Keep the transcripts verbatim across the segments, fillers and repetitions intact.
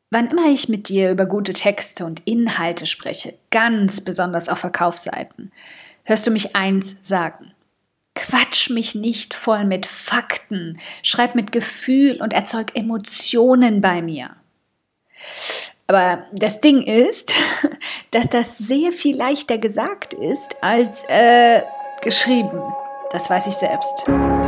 Wann immer ich mit dir über gute Texte und Inhalte spreche, ganz besonders auf Verkaufsseiten, hörst du mich eins sagen. Quatsch mich nicht voll mit Fakten, schreib mit Gefühl und erzeug Emotionen bei mir. Aber das Ding ist, dass das sehr viel leichter gesagt ist als äh, geschrieben. Das weiß ich selbst.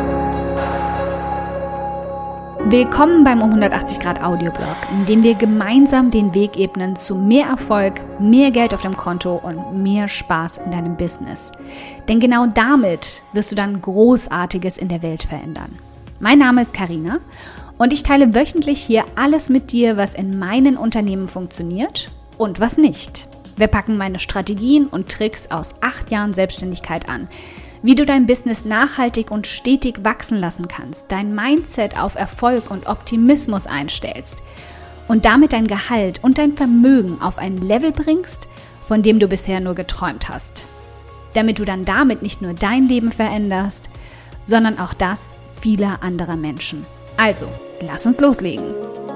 Willkommen beim um hundertachtzig Grad Audioblog, in dem wir gemeinsam den Weg ebnen zu mehr Erfolg, mehr Geld auf dem Konto und mehr Spaß in deinem Business. Denn genau damit wirst du dann Großartiges in der Welt verändern. Mein Name ist Carina und ich teile wöchentlich hier alles mit dir, was in meinen Unternehmen funktioniert und was nicht. Wir packen meine Strategien und Tricks aus acht Jahren Selbstständigkeit an, wie du dein Business nachhaltig und stetig wachsen lassen kannst, dein Mindset auf Erfolg und Optimismus einstellst und damit dein Gehalt und dein Vermögen auf ein Level bringst, von dem du bisher nur geträumt hast. Damit du dann damit nicht nur dein Leben veränderst, sondern auch das vieler anderer Menschen. Also, lass uns loslegen.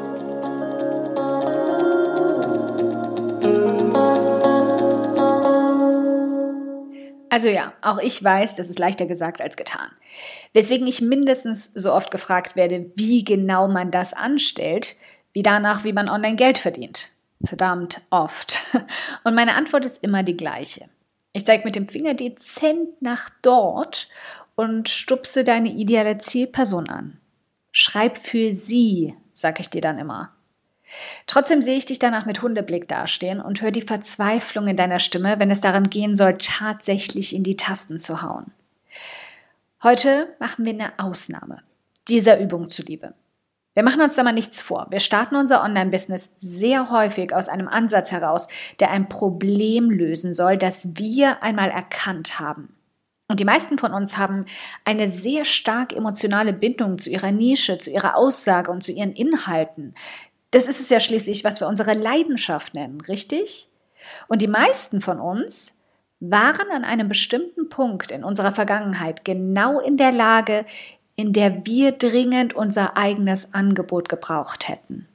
Also ja, auch ich weiß, das ist leichter gesagt als getan. Weswegen ich mindestens so oft gefragt werde, wie genau man das anstellt, wie danach, wie man online Geld verdient. Verdammt oft. Und meine Antwort ist immer die gleiche. Ich zeige mit dem Finger dezent nach dort und stupse deine ideale Zielperson an. Schreib für sie, sag ich dir dann immer. Trotzdem sehe ich dich danach mit Hundeblick dastehen und höre die Verzweiflung in deiner Stimme, wenn es daran gehen soll, tatsächlich in die Tasten zu hauen. Heute machen wir eine Ausnahme, dieser Übung zuliebe. Wir machen uns da mal nichts vor. Wir starten unser Online-Business sehr häufig aus einem Ansatz heraus, der ein Problem lösen soll, das wir einmal erkannt haben. Und die meisten von uns haben eine sehr stark emotionale Bindung zu ihrer Nische, zu ihrer Aussage und zu ihren Inhalten. Das ist es ja schließlich, was wir unsere Leidenschaft nennen, richtig? Und die meisten von uns waren an einem bestimmten Punkt in unserer Vergangenheit genau in der Lage, in der wir dringend unser eigenes Angebot gebraucht hätten.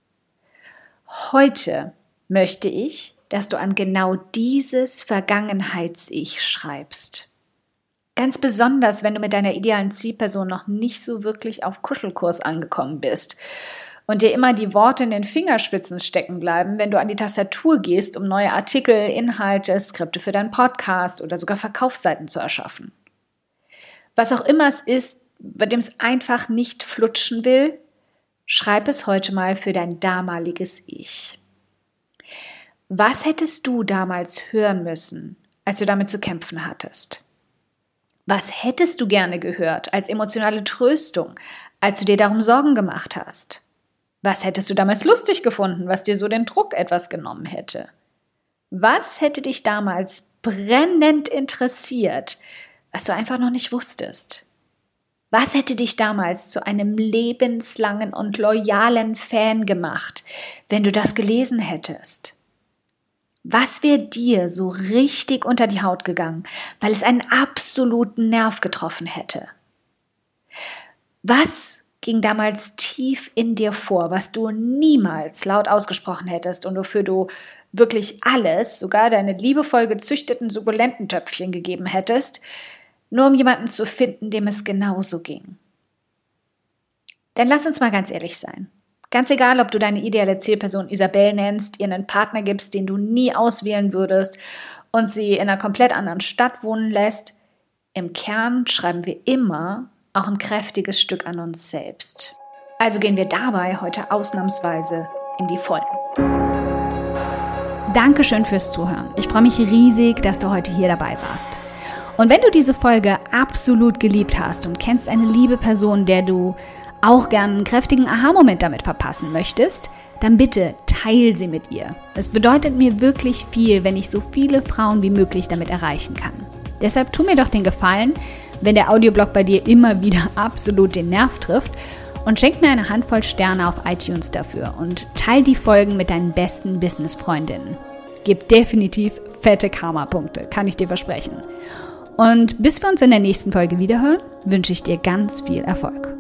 Heute möchte ich, dass du an genau dieses Vergangenheits-Ich schreibst. Ganz besonders, wenn du mit deiner idealen Zielperson noch nicht so wirklich auf Kuschelkurs angekommen bist und dir immer die Worte in den Fingerspitzen stecken bleiben, wenn du an die Tastatur gehst, um neue Artikel, Inhalte, Skripte für deinen Podcast oder sogar Verkaufsseiten zu erschaffen. Was auch immer es ist, bei dem es einfach nicht flutschen will, schreib es heute mal für dein damaliges Ich. Was hättest du damals hören müssen, als du damit zu kämpfen hattest? Was hättest du gerne gehört als emotionale Tröstung, als du dir darum Sorgen gemacht hast? Was hättest du damals lustig gefunden, was dir so den Druck etwas genommen hätte? Was hätte dich damals brennend interessiert, was du einfach noch nicht wusstest? Was hätte dich damals zu einem lebenslangen und loyalen Fan gemacht, wenn du das gelesen hättest? Was wäre dir so richtig unter die Haut gegangen, weil es einen absoluten Nerv getroffen hätte? Was ging damals tief in dir vor, was du niemals laut ausgesprochen hättest und wofür du wirklich alles, sogar deine liebevoll gezüchteten Sukkulententöpfchen gegeben hättest, nur um jemanden zu finden, dem es genauso ging? Denn lass uns mal ganz ehrlich sein. Ganz egal, ob du deine ideale Zielperson Isabel nennst, ihr einen Partner gibst, den du nie auswählen würdest und sie in einer komplett anderen Stadt wohnen lässt, im Kern schreiben wir immer auch ein kräftiges Stück an uns selbst. Also gehen wir dabei heute ausnahmsweise in die Vollen. Dankeschön fürs Zuhören. Ich freue mich riesig, dass du heute hier dabei warst. Und wenn du diese Folge absolut geliebt hast und kennst eine liebe Person, der du auch gern einen kräftigen Aha-Moment damit verpassen möchtest, dann bitte teil sie mit ihr. Es bedeutet mir wirklich viel, wenn ich so viele Frauen wie möglich damit erreichen kann. Deshalb tu mir doch den Gefallen, wenn der Audioblog bei dir immer wieder absolut den Nerv trifft, und schenk mir eine Handvoll Sterne auf iTunes dafür und teil die Folgen mit deinen besten Business-Freundinnen. Gib definitiv fette Karma-Punkte, kann ich dir versprechen. Und bis wir uns in der nächsten Folge wiederhören, wünsche ich dir ganz viel Erfolg.